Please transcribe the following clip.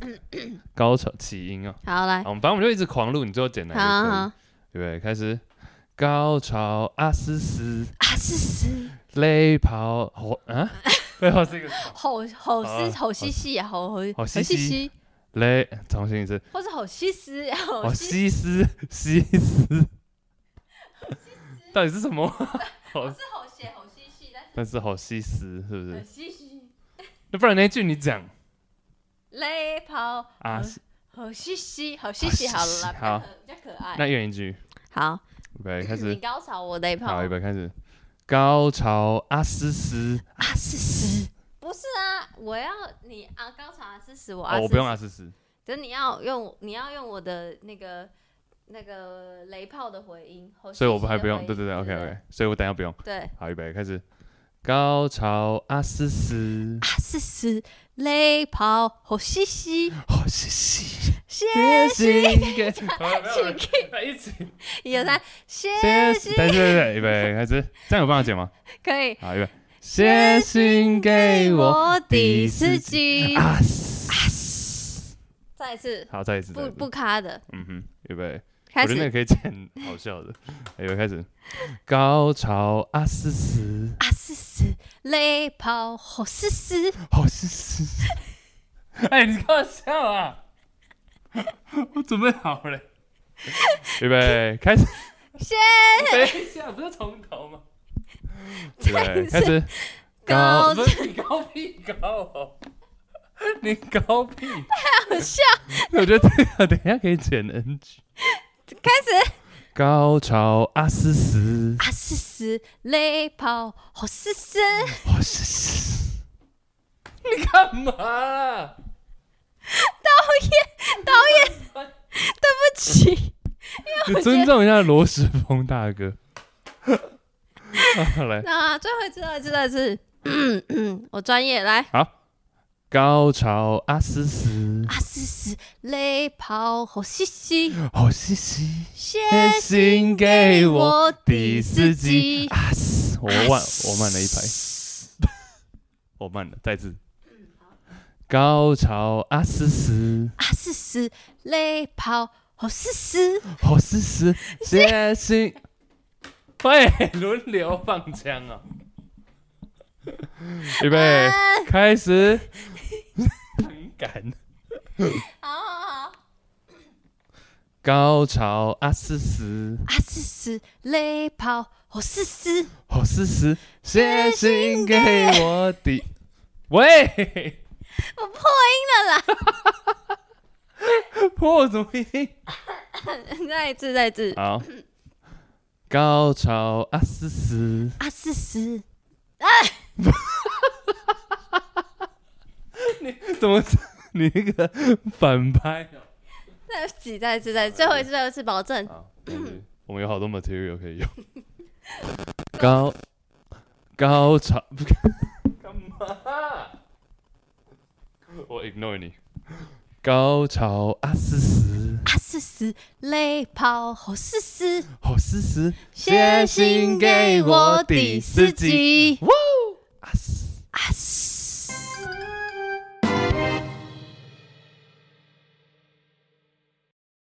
高潮起音啊。 好来， 反正我们就一直狂录，你最后剪哪个可以， 好， 对不对？开始，高潮啊嘶嘶， 是雷炮雷炮是一个好嘻嘻啊，好嘻嘻嘻， 雷，重新一次， 或是好西施， 好西施，到底是什么？ 我是好写好嘻嘻， 但是好西施是不是？ 嘻嘻， 那不然那句你讲雷炮啊， 好嘻嘻，好嘻嘻，好了啦， 好比较可爱。 那一人一句， 好， 预备开你始， 高潮，我雷炮。 好，预备开始，高潮啊嘶嘶， 是不是啊？我要你啊，高潮啊是死我啊， 我不用啊嘶嘶， 就是你要用我的那个雷炮的回音， 所以我还不用，对，OK，所以我等一下不用。 对， 好，预备开始，高潮啊嘶嘶， 是雷炮，好嘻嘻， 好嘻嘻， 谢谢给，一起， 一二三，谢对，预备开始，这样有办法剪吗？ 可以。 好，预备，写信给我第四集啊， 再一次， 好，再一次， 不卡的， 预备。 开我觉得那个始可以剪好笑的，预备开始，高潮啊嘶嘶， 是雷炮，好嘶嘶， 好嘶嘶，哎，你干嘛笑啊？我准备好了，预备开始，等一下，不是从头吗？对，开始，不是你高屁高哦，你高屁， 太好笑， 我觉得这个等一下可以剪 NG。 开始。 高潮啊嘶嘶， 是雷炮，好嘶嘶， 好嘶嘶，你干嘛啦？ 导演，对不起， 你尊重一下罗时丰大哥。来， 那最后一次，我专业来。 好，高潮啊嘶嘶， 是雷炮，好嘻嘻， 好嘻嘻， 写信给我第四集啊嘶，我慢了一拍，我慢了，再次。高潮啊嘶嘶， 是雷炮，好嘶嘶， 好嘶嘶，写信。喂，轮流放枪啊！预备，开始。很赶。 好， 高潮啊嘶嘶， 是雷炮，好嘶嘶， 好嘶嘶，写信给我的。喂， 我破音了啦！ 破什么音？ 再一次。 好，高潮啊嘶嘶， 是你怎么？你那个反拍啊？ 再一次，最后一次，保证。 好，我们有好多 material 可以用。高潮，干嘛？我 ignore 你。高潮啊嘶嘶， 雷炮，好嘶嘶， 好嘶嘶， 写信给我第四集。 哇！